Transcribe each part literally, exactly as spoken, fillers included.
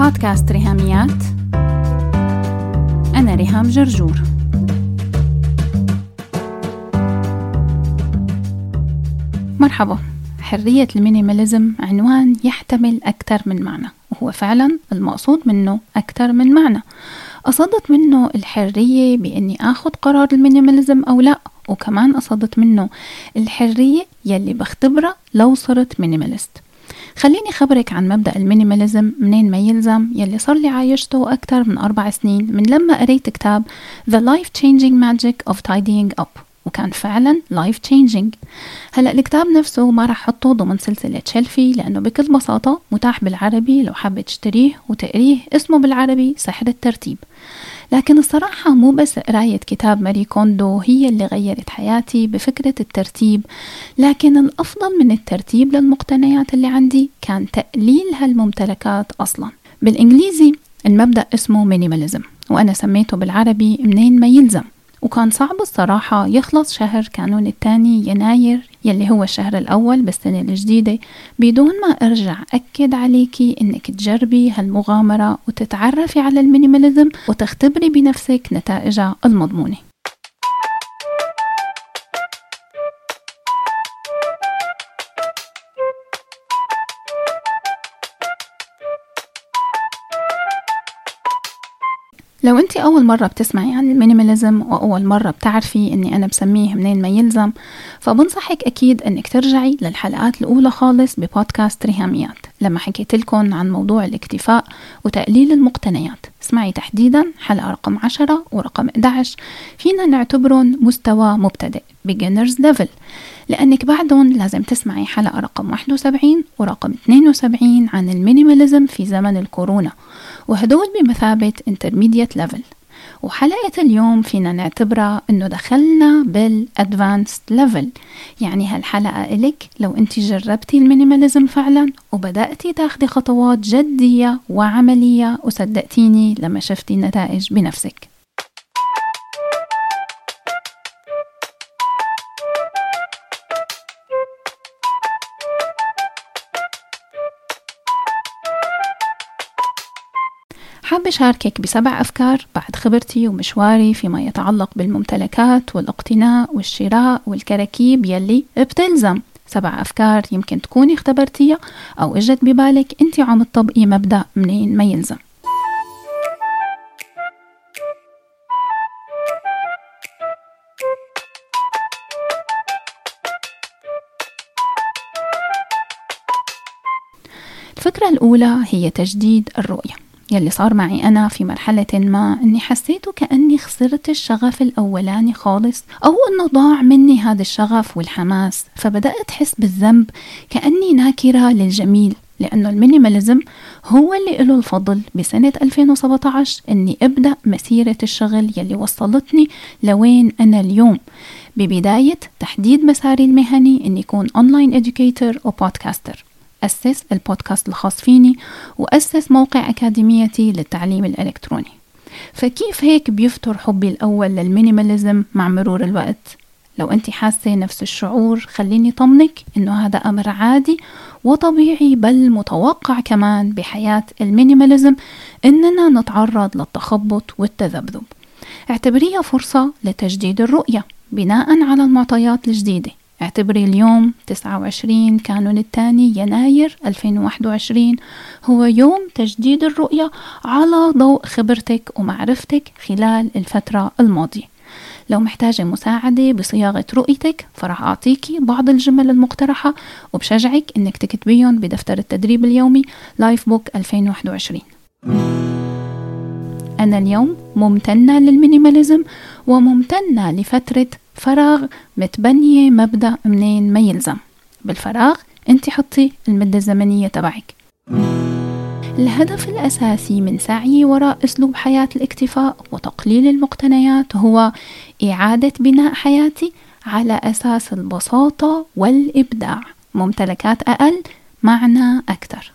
بودكاست ريهاميات. أنا ريهام جرجور. مرحبا. حرية المينيماليزم عنوان يحتمل أكثر من معنى، وهو فعلا المقصود منه أكثر من معنى. أصدت منه الحرية بأني أخذ قرار المينيماليزم أو لا، وكمان أصدت منه الحرية يلي بختبرها لو صرت مينيماليست. خليني خبرك عن مبدأ المينيماليزم منين ما يلزم، يلي صار لي عايشته أكثر من أربع سنين من لما قريت كتاب The Life-Changing Magic of Tidying Up، وكان فعلا life changing. هلأ الكتاب نفسه ما رح حطه ضمن سلسلة شلفي، لأنه بكل بساطة متاح بالعربي لو حابة تشتريه وتقريه. اسمه بالعربي سحر الترتيب. لكن الصراحة مو بس قراية كتاب ماري كوندو هي اللي غيرت حياتي بفكرة الترتيب، لكن الأفضل من الترتيب للمقتنيات اللي عندي كان تقليل هالممتلكات أصلا. بالإنجليزي المبدأ اسمه مينيماليزم، وأنا سميته بالعربي منين ما يلزم. وكان صعب الصراحة يخلص شهر كانون الثاني يناير يلي هو الشهر الأول بالسنة الجديدة بدون ما أرجع أكد عليكي إنك تجربي هالمغامرة وتتعرفي على المينيماليزم وتختبري بنفسك نتائجها المضمونة. لو أنت أول مرة بتسمعي عن المينيماليزم وأول مرة بتعرفي أني أنا بسميه منين ما يلزم، فبنصحك أكيد أنك ترجعي للحلقات الأولى خالص ببودكاست ريهاميات لما حكيت لكم عن موضوع الاكتفاء وتقليل المقتنيات. اسمعي تحديدا حلقة رقم عشرة ورقم إحدى عشر، فينا نعتبرهم مستوى مبتدئ beginners level، لأنك بعدهم لازم تسمعي حلقة رقم واحد وسبعين ورقم اثنين وسبعين عن المينيماليزم في زمن الكورونا، وهدول بمثابة intermediate level. وحلقة اليوم فينا نعتبرها انه دخلنا بالadvanced level، يعني هالحلقة إلك لو انت جربتي المينيماليزم فعلا وبدأتي تاخدي خطوات جدية وعملية وصدقتيني لما شفتي النتائج بنفسك. حابة شاركك بسبع أفكار بعد خبرتي ومشواري فيما يتعلق بالممتلكات والاقتناء والشراء والكراكيب يلي بتلزم. سبع أفكار يمكن تكوني اختبرتيها أو اجت ببالك انت عم تطبقي مبدأ منين ما يلزم. الفكرة الأولى هي تجديد الرؤية، يلي صار معي أنا في مرحلة ما أني حسيته كأني خسرت الشغف الأولاني خالص، أو أنه ضاع مني هذا الشغف والحماس، فبدأت أحس بالذنب كأني ناكرة للجميل، لأنه المينيماليزم هو اللي له الفضل بسنة ألفين وسبعة عشر أني أبدأ مسيرة الشغل يلي وصلتني لوين أنا اليوم، ببداية تحديد مساري المهني أني أكون أونلاين إديوكيتر وبودكاستر. أسس البودكاست الخاص فيني وأسس موقع أكاديميتي للتعليم الإلكتروني. فكيف هيك بيفتر حبي الأول للمينيماليزم مع مرور الوقت؟ لو أنت حاسة نفس الشعور خليني طمنك إنه هذا أمر عادي وطبيعي، بل متوقع كمان بحياة المينيماليزم إننا نتعرض للتخبط والتذبذب. اعتبريها فرصة لتجديد الرؤية بناء على المعطيات الجديدة. اعتبري اليوم تسعة وعشرين كانون الثاني يناير ألفين وواحد وعشرين هو يوم تجديد الرؤية على ضوء خبرتك ومعرفتك خلال الفترة الماضية. لو محتاجة مساعدة بصياغة رؤيتك فرح أعطيكي بعض الجمل المقترحة، وبشجعك إنك تكتبيهم بدفتر التدريب اليومي لايف بوك ألفين وواحد وعشرين. أنا اليوم ممتنة للمينيماليزم وممتنة لفترة فراغ متبنية مبدأ منين ما يلزم. بالفراغ انت حطي المدة الزمنية تبعك. الهدف الأساسي من سعي وراء أسلوب حياة الاكتفاء وتقليل المقتنيات هو إعادة بناء حياتي على أساس البساطة والإبداع. ممتلكات أقل، معنى أكثر.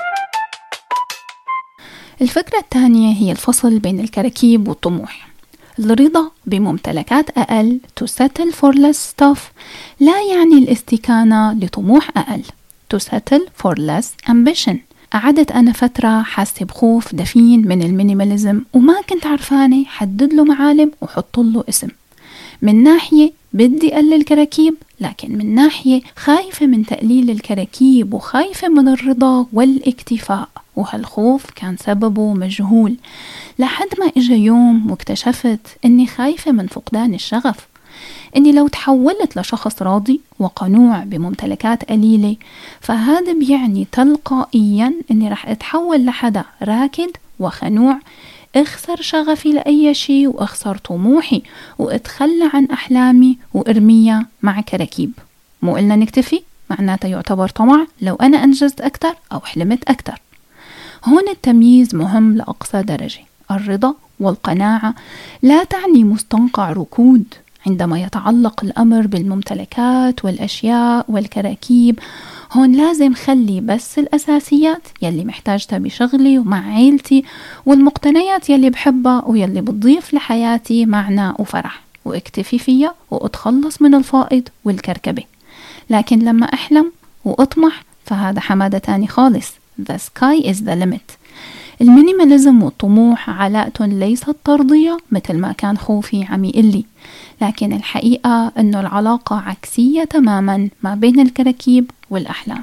الفكرة الثانية هي الفصل بين الكراكيب والطموح. الرضا بممتلكات أقل to settle for less stuff لا يعني الاستكانة لطموح أقل to settle for less ambition. قعدت أنا فترة حاسة بخوف دفين من المينيماليزم وما كنت عرفانة حدد له معالم وحط له اسم. من ناحية بدي أقلل الكراكيب، لكن من ناحية خايفة من تقليل الكراكيب وخايفة من الرضا والاكتفاء، وهالخوف كان سببه مجهول لحد ما إجا يوم واكتشفت أني خايفة من فقدان الشغف، أني لو تحولت لشخص راضي وقنوع بممتلكات قليلة فهذا بيعني تلقائيا أني رح أتحول لحدا راكد وخنوع، اخسر شغفي لأي شيء واخسر طموحي واتخلى عن أحلامي وارميها مع كراكيب. مو قلنا نكتفي؟ معناته يعتبر طمع لو أنا أنجزت أكتر أو حلمت أكتر. هون التمييز مهم لأقصى درجة. الرضا والقناعة لا تعني مستنقع ركود. عندما يتعلق الأمر بالممتلكات والأشياء والكراكيب هون لازم خلي بس الأساسيات يلي محتاجتها بشغلي ومع عيلتي والمقتنيات يلي بحبها ويلي بتضيف لحياتي معنى وفرح، واكتفي فيها واتخلص من الفائض والكركبة. لكن لما أحلم وأطمح فهذا حمادة تاني خالص. The sky is the limit. المينيماليزم والطموح علاقة ليست طردية مثل ما كان خوفي عم يقلي، لكن الحقيقة أنه العلاقة عكسية تماما ما بين الكراكيب والأحلام.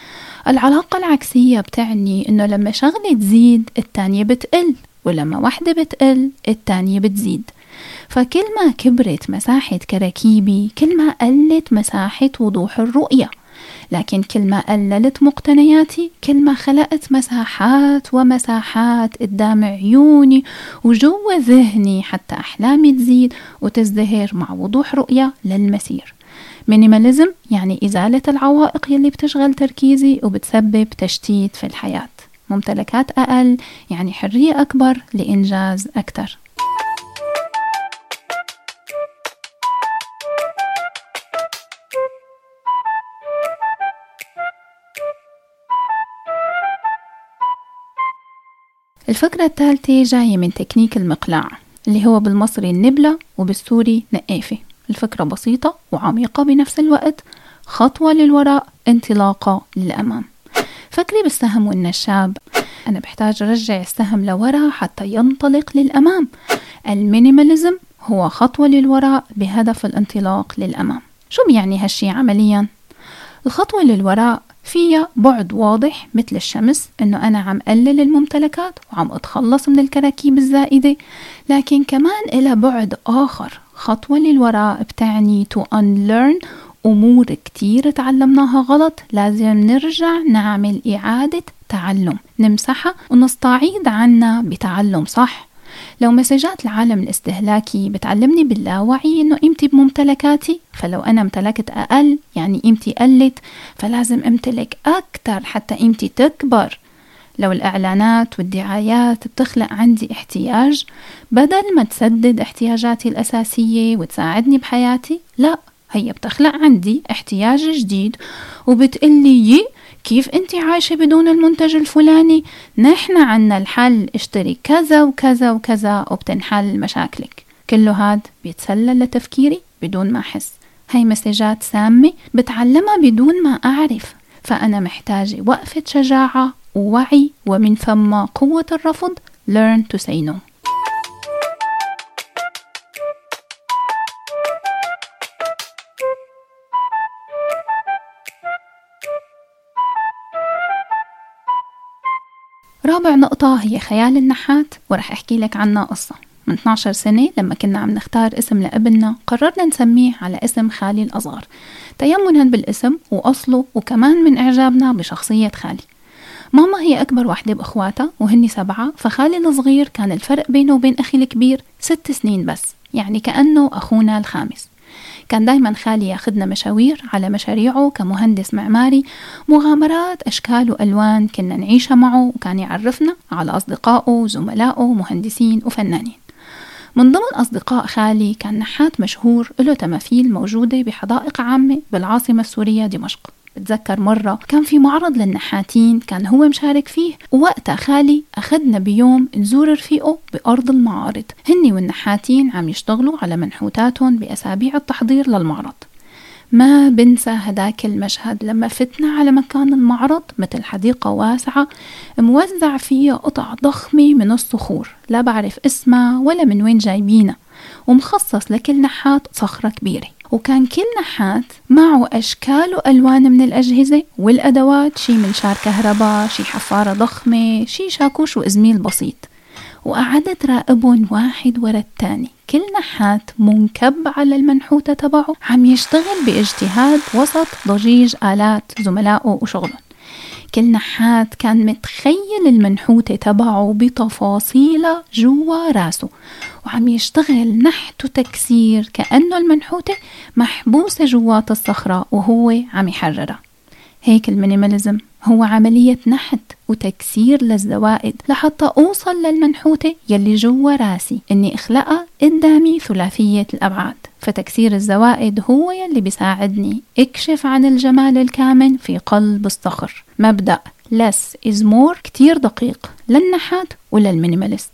العلاقة العكسية بتعني أنه لما شغلة تزيد التانية بتقل، ولما واحدة بتقل التانية بتزيد. فكل ما كبرت مساحة كراكيبي كل ما قلت مساحة وضوح الرؤية، لكن كل ما قللت مقتنياتي كل ما خلقت مساحات ومساحات قدام عيوني وجوا ذهني حتى أحلامي تزيد وتزدهر مع وضوح رؤية للمسير. مينيماليزم يعني إزالة العوائق يلي بتشغل تركيزي وبتسبب تشتيت في الحياة. ممتلكات أقل يعني حرية أكبر لإنجاز أكتر. الفكرة الثالثة جاية من تكنيك المقلاع اللي هو بالمصري النبلة وبالسوري نقافة. الفكرة بسيطة وعميقة بنفس الوقت، خطوة للوراء انطلاقة للأمام. فكري بالسهم والنشاب، أنا بحتاج أرجع السهم لورا حتى ينطلق للأمام. المينيماليزم هو خطوة للوراء بهدف الانطلاق للأمام. شو بيعني هالشي عمليا؟ الخطوة للوراء فيها بعد واضح مثل الشمس إنه أنا عم قلل الممتلكات وعم أتخلص من الكراكيب الزائدة، لكن كمان إلى بعد آخر. خطوة للوراء بتعني to unlearn أمور كتير تعلمناها غلط، لازم نرجع نعمل إعادة تعلم، نمسحها ونستعيد عنا بتعلم صح. لو مساجات العالم الاستهلاكي بتعلمني باللاوعي إنه قيمتي بممتلكاتي، فلو أنا امتلكت أقل يعني قيمتي قلت، فلازم امتلك أكتر حتى قيمتي تكبر. لو الإعلانات والدعايات بتخلق عندي احتياج بدل ما تسدد احتياجاتي الأساسية وتساعدني بحياتي، لا، هي بتخلق عندي احتياج جديد وبتقلي كيف انت عايشة بدون المنتج الفلاني؟ نحن عنا الحل، اشتري كذا وكذا وكذا وبتنحل مشاكلك. كله هاد بيتسلل لتفكيري بدون ما أحس. هاي مساجات سامة بتعلمها بدون ما أعرف، فأنا محتاجة وقفة شجاعة ووعي ومن ثم قوة الرفض. learn to say no. رابع نقطة هي خيال النحات، ورح أحكي لك عنها قصة. من اثنتي عشرة سنة لما كنا عم نختار اسم لابننا قررنا نسميه على اسم خالي الأصغر، تيمنا بالاسم وأصله وكمان من إعجابنا بشخصية خالي. ماما هي أكبر واحدة بأخواتها وهني سبعة، فخالي الصغير كان الفرق بينه وبين أخي الكبير ست سنين بس، يعني كأنه أخونا الخامس. كان دايما خالي ياخدنا مشاوير على مشاريعه كمهندس معماري، مغامرات أشكال وألوان كنا نعيشها معه، وكان يعرفنا على أصدقائه وزملائه مهندسين وفنانين. من ضمن أصدقاء خالي كان نحات مشهور له تماثيل موجودة بحدائق عامة بالعاصمة السورية دمشق. بتذكر مرة كان في معرض للنحاتين كان هو مشارك فيه، ووقتها خالي أخذنا بيوم نزور رفيقه بأرض المعارض، هني والنحاتين عم يشتغلوا على منحوتاتهم بأسابيع التحضير للمعرض. ما بنسى هداك المشهد لما فتنا على مكان المعرض، مثل حديقة واسعة موزع فيها قطع ضخمة من الصخور لا بعرف اسمها ولا من وين جايبينها، ومخصص لكل نحات صخرة كبيرة، وكان كل نحات معه أشكال وألوان من الأجهزة والأدوات، شي منشار كهرباء، شي حفارة ضخمة، شي شاكوش وإزميل بسيط، وقعدت راقبهم واحد ورا التاني، كل نحات منكب على المنحوتة تبعه عم يشتغل باجتهاد وسط ضجيج آلات زملائه وشغلهم. كل نحات كان متخيل المنحوتة تبعه بتفاصيلها جوا راسه، وعم يشتغل نحت وتكسير كأنه المنحوتة محبوسة جوات الصخرة وهو عم يحررها. هيك المينيماليزم هو عملية نحت وتكسير للزوائد لحتى أوصل للمنحوتة يلي جوا راسي، إني أخلقها قدامي ثلاثية الأبعاد. فتكسير الزوائد هو يلي بيساعدني اكشف عن الجمال الكامن في قلب الصخر. مبدأ less is more كتير دقيق للنحات وللمينيماليست.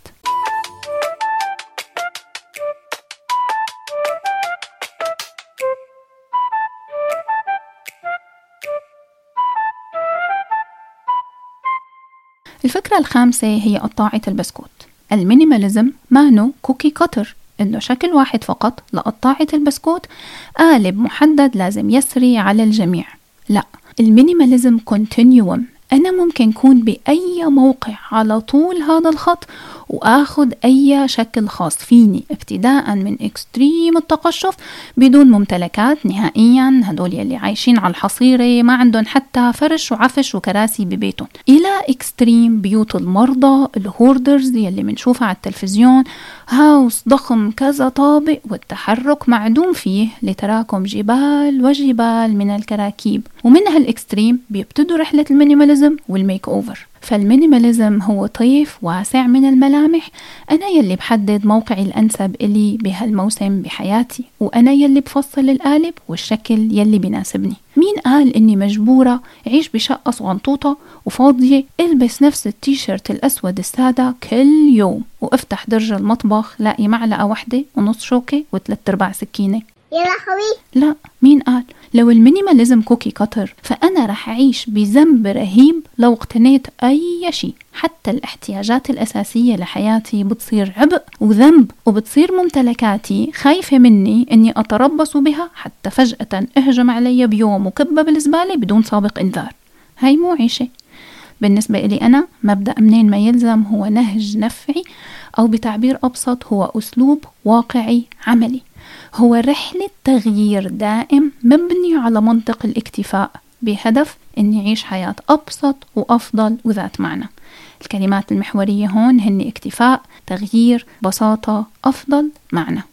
الفكرة الخامسة هي قطاعة البسكوت. المينيماليزم مانو كوكي كاتر، إنه شكل واحد فقط لقطاعة البسكوت، قالب محدد لازم يسري على الجميع. لا، المينيماليزم كونتينيوم، أنا ممكن كون بأي موقع على طول هذا الخط وآخد أي شكل خاص فيني، ابتداء من إكستريم التقشف بدون ممتلكات نهائيا، هدول يلي عايشين على الحصيرة ما عندهم حتى فرش وعفش وكراسي ببيتهم، إلى إكستريم بيوت المرضى الهوردرز يلي منشوفها على التلفزيون، هاوس ضخم كذا طابق والتحرك معدوم فيه لتراكم جبال وجبال من الكراكيب. ومن هالإكستريم بيبتدوا رحلة المينيماليزم والميك أوفر. فالمينيماليزم هو طيف واسع من الملامح، أنا يلي بحدد موقعي الأنسب إلي بهالموسم بحياتي، وأنا يلي بفصل القالب والشكل يلي بيناسبني. مين قال إني مجبورة أعيش بشقة صغنطوطة وفاضية، ألبس نفس التيشيرت الأسود السادة كل يوم وأفتح درج المطبخ لاقي معلقة واحدة ونص شوكة وثلاث أرباع سكينة؟ يا لهوي، لا، مين قال؟ لو المينيماليزم كوكي كاتر فأنا رح أعيش بذنب رهيب لو اقتنيت أي شيء، حتى الاحتياجات الأساسية لحياتي بتصير عبء وذنب، وبتصير ممتلكاتي خايفة مني أني أتربص بها حتى فجأة اهجم علي بيوم وكبة بالزبالة بدون سابق إنذار. هاي مو عيشة. بالنسبة إلي أنا مبدأ منين ما يلزم هو نهج نفعي، أو بتعبير أبسط هو أسلوب واقعي عملي، هو رحلة تغيير دائم مبني على منطق الاكتفاء بهدف أن يعيش حياة أبسط وأفضل وذات معنى. الكلمات المحورية هون هن اكتفاء، تغيير، بساطة، أفضل، معنى.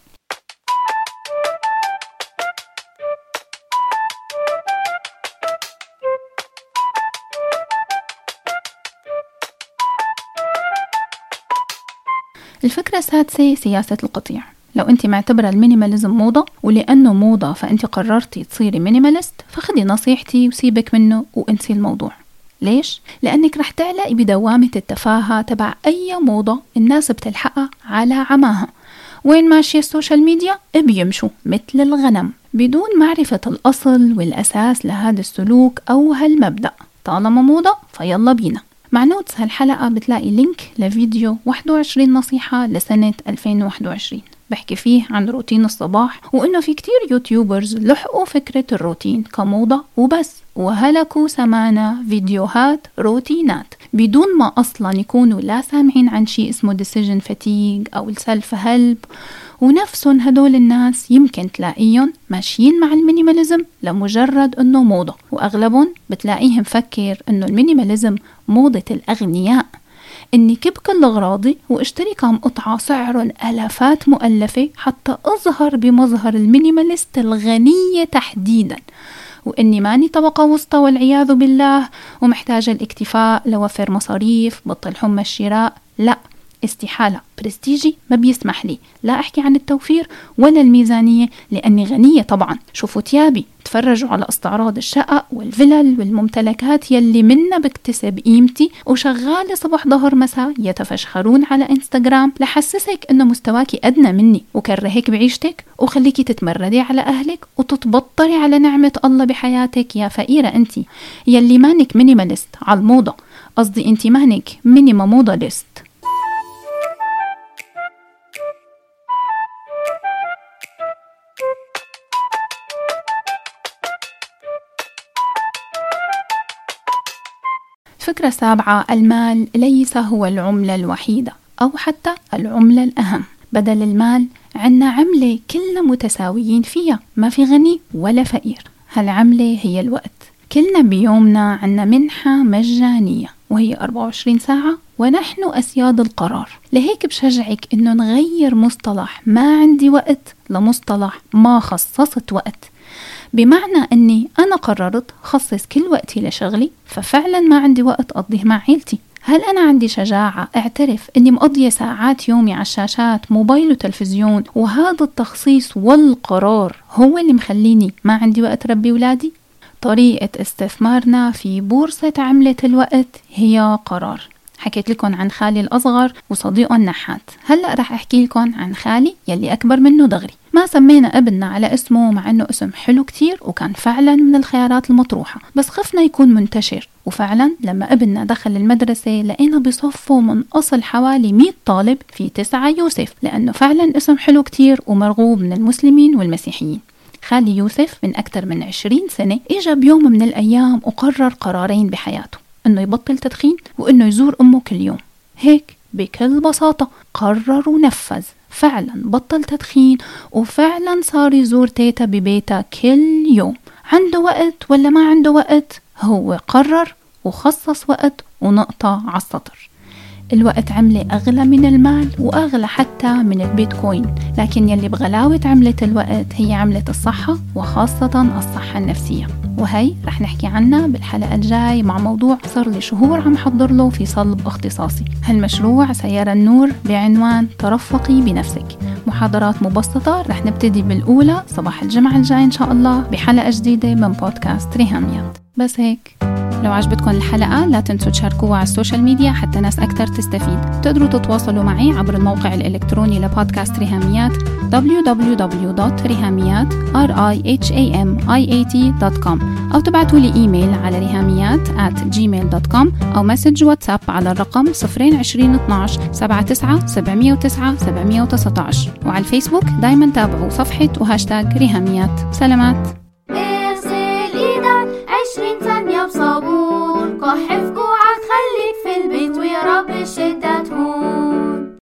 الفكرة السادسة سياسة القطيع. لو انت معتبرة المينيماليزم موضة، ولأنه موضة فانت قررتي تصيري مينيماليست، فخدي نصيحتي وسيبك منه وانسي الموضوع. ليش؟ لأنك رح تعلقي بدوامة التفاهة تبع أي موضة الناس بتلحقها على عماها. وين ماشية السوشيال ميديا بيمشوا مثل الغنم بدون معرفة الأصل والأساس لهذا السلوك أو هالمبدأ. طالما موضة فيلا بينا. مع نوتس هالحلقة بتلاقي لينك لفيديو واحد وعشرين نصيحة لسنة ألفين وواحد وعشرين بحكي فيه عن روتين الصباح، وإنه في كتير يوتيوبرز لحقوا فكرة الروتين كموضة وبس، وهلكوا سمانا فيديوهات روتينات بدون ما أصلا يكونوا لا سامعين عن شيء اسمه decision fatigue أو السلف هلب. ونفسهم هدول الناس يمكن تلاقيهم ماشيين مع المينيماليزم لمجرد أنه موضة، وأغلبهم بتلاقيهم فكر أنه المينيماليزم موضة الأغنياء، إني كب كل أغراضي واشتري كم قطعة سعر ألافات مؤلفة حتى أظهر بمظهر المينيماليست الغنية تحديدا، وإني ماني طبقة وسطى والعياذ بالله ومحتاجة الاكتفاء لوفر مصاريف بطل حمى الشراء. لا، استحالة، برستيجي ما بيسمح لي لا أحكي عن التوفير ولا الميزانية لأني غنية طبعا. شوفوا تيابي، تفرجوا على استعراض الشقق والفلل والممتلكات يلي منا بكتسب قيمتي، وشغالة صبح ظهر مساء يتفشخرون على انستغرام لحسسك انه مستواكي أدنى مني، وكرهك بعيشتك وخليكي تتمردي على أهلك وتتبطري على نعمة الله بحياتك. يا فقيرة انتي يلي مانك مينيماليست على الموضة، قصدي انتي مانك مينيما موضة ليست. الفكرة السابعة، المال ليس هو العملة الوحيدة أو حتى العملة الأهم. بدل المال عنا عملة كلنا متساويين فيها، ما في غني ولا فقير. هالعملة هي الوقت. كلنا بيومنا عنا منحة مجانية وهي أربعة وعشرين ساعة ونحن أسياد القرار. لهيك بشجعك إنه نغير مصطلح ما عندي وقت لمصطلح ما خصصت وقت، بمعنى أني أنا قررت خصص كل وقتي لشغلي، ففعلا ما عندي وقت أقضيه مع عيلتي. هل أنا عندي شجاعة أعترف أني مقضية ساعات يومي على الشاشات موبايل وتلفزيون، وهذا التخصيص والقرار هو اللي مخليني ما عندي وقت ربي ولادي؟ طريقة استثمارنا في بورصة عملة الوقت هي قرار. حكيت لكم عن خالي الأصغر وصديقه النحات، هلأ رح أحكي لكم عن خالي يلي أكبر منه دغري. ما سمينا ابننا على اسمه مع أنه اسم حلو كتير وكان فعلا من الخيارات المطروحة، بس خفنا يكون منتشر. وفعلا لما ابننا دخل المدرسة لقينا بصفه من أصل حوالي مئة طالب في تسعة يوسف، لأنه فعلا اسم حلو كتير ومرغوب من المسلمين والمسيحيين. خالي يوسف من أكثر من عشرين سنة إجا بيوم من الأيام وقرر قرارين بحياته، إنه يبطل تدخين وإنه يزور أمه كل يوم. هيك بكل بساطة قرر ونفذ، فعلا بطل تدخين وفعلا صار يزور تيتا ببيتها كل يوم. عنده وقت ولا ما عنده وقت؟ هو قرر وخصص وقت ونقطة على السطر. الوقت عملة أغلى من المال وأغلى حتى من البيتكوين، لكن يلي بغلاوة عملة الوقت هي عملة الصحة، وخاصة الصحة النفسية، وهي رح نحكي عنها بالحلقة الجاي مع موضوع صار لي شهور عم حضر له في صلب اختصاصي. هالمشروع سيارة النور بعنوان ترفقي بنفسك. محاضرات مبسطة رح نبتدي بالأولى صباح الجمعة الجاي إن شاء الله بحلقة جديدة من بودكاست ريهاميات. بس هيك، لو عجبتكم الحلقة لا تنسوا تشاركوها على السوشيال ميديا حتى ناس أكتر تستفيد. تقدروا تتواصلوا معي عبر الموقع الإلكتروني لبودكاست ريهاميات دبليو دبليو دبليو دوت ريهاميات دوت كوم، أو تبعتوا لي إيميل على ريهاميات آت جيميل دوت كوم، أو مسج واتساب على الرقم صفرين عشرين اثناش سبعة تسعة سبعمية وتسعة سبعمية وتسعة عشر، وعلى الفيسبوك دايما تابعوا صفحة وهاشتاج ريهاميات. سلامات.